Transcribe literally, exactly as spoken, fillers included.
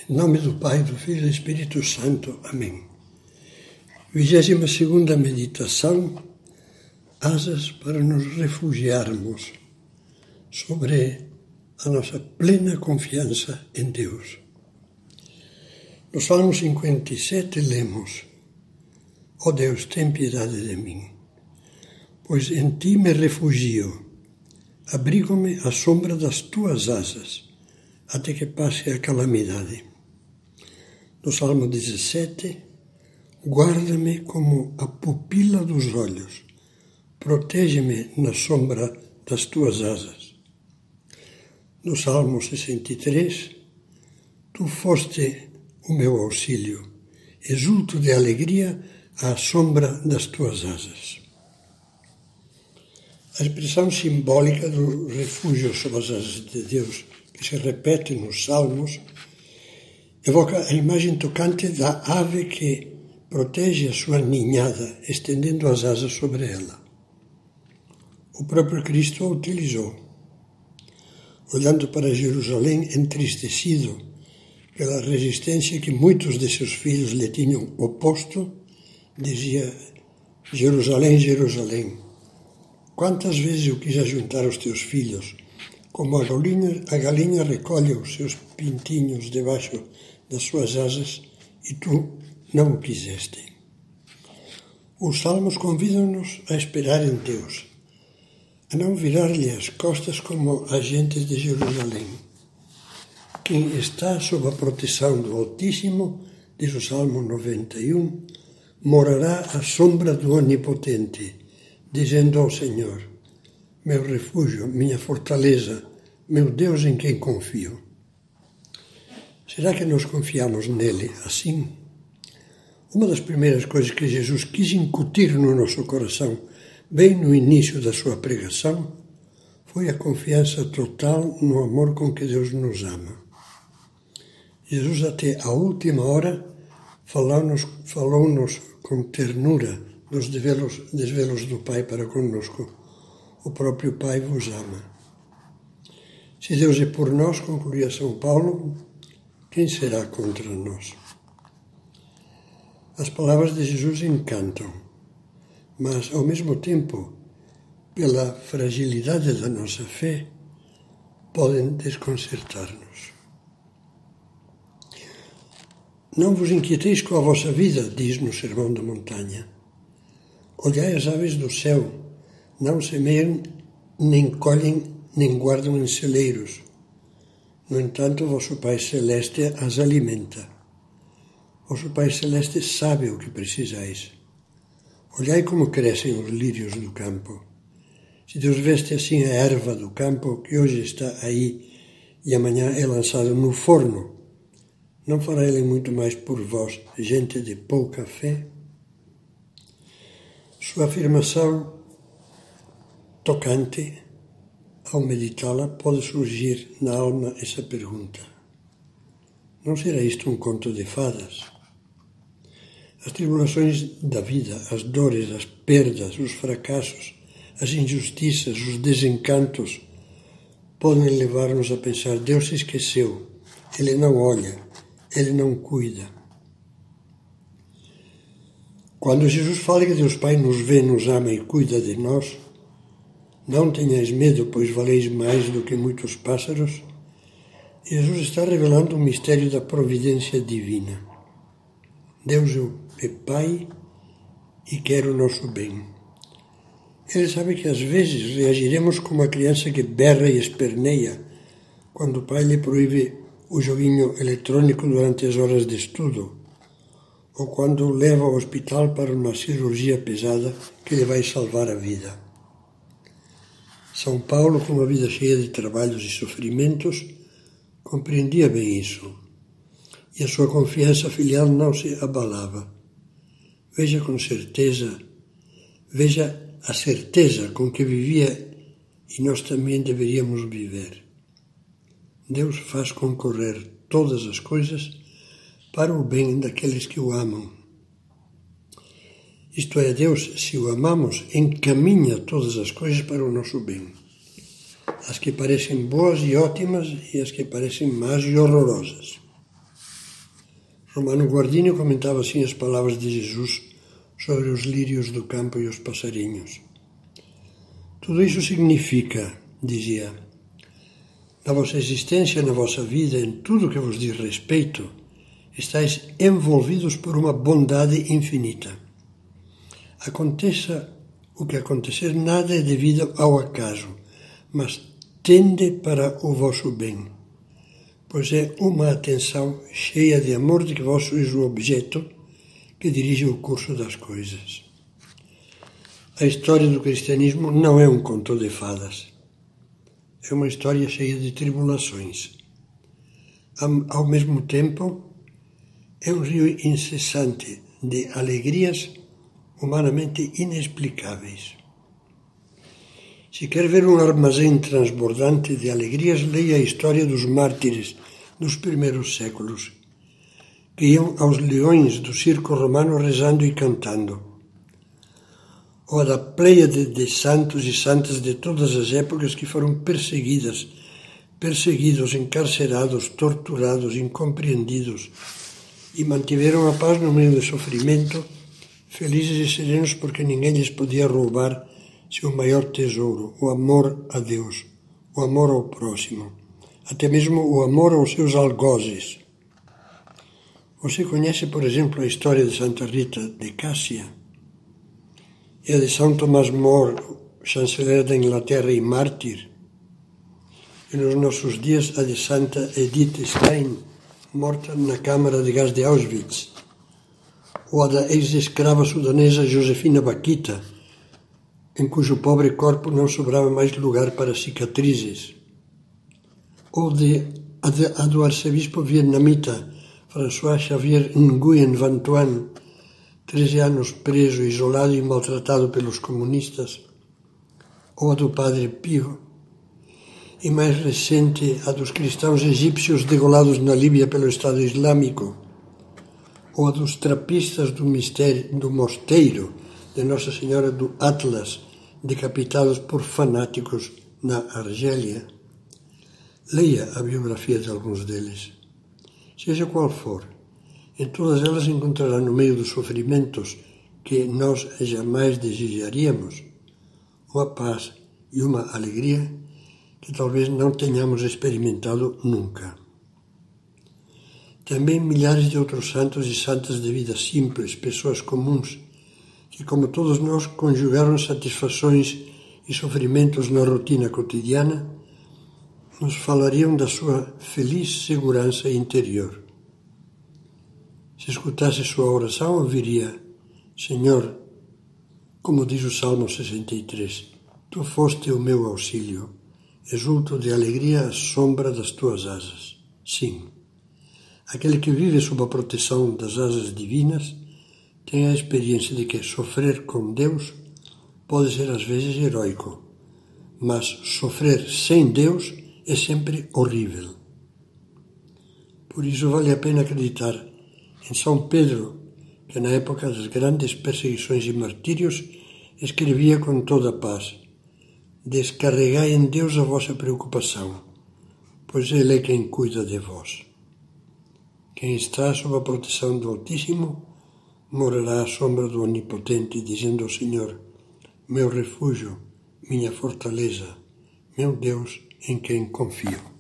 Em nome do Pai, do Filho e do Espírito Santo. Amém. Vigésima segunda meditação, asas para nos refugiarmos sobre a nossa plena confiança em Deus. No Salmo cinquenta e sete lemos: Ó Deus, tem piedade de mim, pois em Ti me refugio, abrigo-me à sombra das Tuas asas, até que passe a calamidade. No Salmo dezessete, guarda-me como a pupila dos olhos, protege-me na sombra das Tuas asas. No Salmo sessenta e três, Tu foste o meu auxílio, exulto de alegria à sombra das Tuas asas. A expressão simbólica do refúgio sob as asas de Deus, que se repete nos Salmos, evoca a imagem tocante da ave que protege a sua ninhada, estendendo as asas sobre ela. O próprio Cristo a utilizou. Olhando para Jerusalém entristecido pela resistência que muitos de seus filhos lhe tinham oposto, dizia: Jerusalém, Jerusalém, quantas vezes eu quis ajuntar os teus filhos, como a galinha, a galinha recolhe os seus pintinhos debaixo das suas asas, e tu não o quiseste. Os salmos convidam-nos a esperar em Deus, a não virar-lhe as costas como agentes de Jerusalém. Quem está sob a proteção do Altíssimo, diz o Salmo noventa e um, morará à sombra do Onipotente, dizendo ao Senhor: meu refúgio, minha fortaleza, meu Deus em quem confio. Será que nós confiamos nele assim? Uma das primeiras coisas que Jesus quis incutir no nosso coração, bem no início da sua pregação, foi a confiança total no amor com que Deus nos ama. Jesus, até a última hora, falou-nos, falou-nos com ternura dos desvelos, desvelos do Pai para conosco. O próprio Pai vos ama. Se Deus é por nós, concluía São Paulo, quem será contra nós? As palavras de Jesus encantam, mas, ao mesmo tempo, pela fragilidade da nossa fé, podem desconcertar-nos. Não vos inquieteis com a vossa vida, diz no Sermão da Montanha. Olhai as aves do céu, não semeiam, nem colhem, nem guardam em celeiros. No entanto, vosso Pai Celeste as alimenta. Vosso Pai Celeste sabe o que precisais. Olhai como crescem os lírios do campo. Se Deus veste assim a erva do campo, que hoje está aí e amanhã é lançada no forno, não fará Ele muito mais por vós, gente de pouca fé? Sua afirmação tocante, ao meditá-la, pode surgir na alma essa pergunta: não será isto um conto de fadas? As tribulações da vida, as dores, as perdas, os fracassos, as injustiças, os desencantos, podem levar-nos a pensar: Deus se esqueceu, Ele não olha, Ele não cuida. Quando Jesus fala que Deus Pai nos vê, nos ama e cuida de nós, não tenhais medo, pois valeis mais do que muitos pássaros, Jesus está revelando o mistério da providência divina. Deus é Pai e quer o nosso bem. Ele sabe que às vezes reagiremos como a criança que berra e esperneia quando o pai lhe proíbe o joguinho eletrônico durante as horas de estudo, ou quando o leva ao hospital para uma cirurgia pesada que lhe vai salvar a vida. São Paulo, com uma vida cheia de trabalhos e sofrimentos, compreendia bem isso, e a sua confiança filial não se abalava. Veja com certeza, veja a certeza com que vivia, e nós também deveríamos viver. Deus faz concorrer todas as coisas para o bem daqueles que o amam. Isto é, Deus, se o amamos, encaminha todas as coisas para o nosso bem. As que parecem boas e ótimas e as que parecem más e horrorosas. Romano Guardini comentava assim as palavras de Jesus sobre os lírios do campo e os passarinhos. Tudo isso significa, dizia, na vossa existência, na vossa vida, em tudo que vos diz respeito, estáis envolvidos por uma bondade infinita. Aconteça o que acontecer, nada é devido ao acaso, mas tende para o vosso bem, pois é uma atenção cheia de amor de que vós sois o objeto que dirige o curso das coisas. A história do cristianismo não é um conto de fadas. É uma história cheia de tribulações. Ao mesmo tempo, é um rio incessante de alegrias humanamente inexplicáveis. Se quer ver um armazém transbordante de alegrias, leia a história dos mártires dos primeiros séculos, que iam aos leões do circo romano rezando e cantando, ou a da pleiade de santos e santas de todas as épocas que foram perseguidas, perseguidos, encarcerados, torturados, incompreendidos, e mantiveram a paz no meio do sofrimento, felizes e serenos porque ninguém lhes podia roubar seu maior tesouro, o amor a Deus, o amor ao próximo, até mesmo o amor aos seus algozes. Você conhece, por exemplo, a história de Santa Rita de Cássia e a de São Tomás More, chanceler da Inglaterra e mártir, e nos nossos dias a de Santa Edith Stein, morta na câmara de gás de Auschwitz, ou a da ex-escrava sudanesa Josefina Bakhita, em cujo pobre corpo não sobrava mais lugar para cicatrizes, ou de, a, de, a do arcebispo vietnamita François Xavier Nguyen Van Thuan, treze anos preso, isolado e maltratado pelos comunistas, ou a do padre Pio, e mais recente a dos cristãos egípcios degolados na Líbia pelo Estado Islâmico, ou a dos trapistas do, mistério, do mosteiro de Nossa Senhora do Atlas, decapitados por fanáticos na Argélia. Leia a biografia de alguns deles. Seja qual for, em todas elas encontrará no meio dos sofrimentos que nós jamais desejaríamos uma paz e uma alegria que talvez não tenhamos experimentado nunca. Também milhares de outros santos e santas de vida simples, pessoas comuns, que como todos nós conjugaram satisfações e sofrimentos na rotina cotidiana, nos falariam da sua feliz segurança interior. Se escutasse sua oração, ouviria: Senhor, como diz o Salmo sessenta e três, Tu foste o meu auxílio, exulto de alegria à sombra das Tuas asas. Sim, aquele que vive sob a proteção das asas divinas tem a experiência de que sofrer com Deus pode ser às vezes heróico, mas sofrer sem Deus é sempre horrível. Por isso vale a pena acreditar em São Pedro, que na época das grandes perseguições e martírios escrevia com toda a paz: Descarregai em Deus a vossa preocupação, pois Ele é quem cuida de vós. Quem está sob a proteção do Altíssimo morará à sombra do Onipotente, dizendo ao Senhor: meu refúgio, minha fortaleza, meu Deus em quem confio.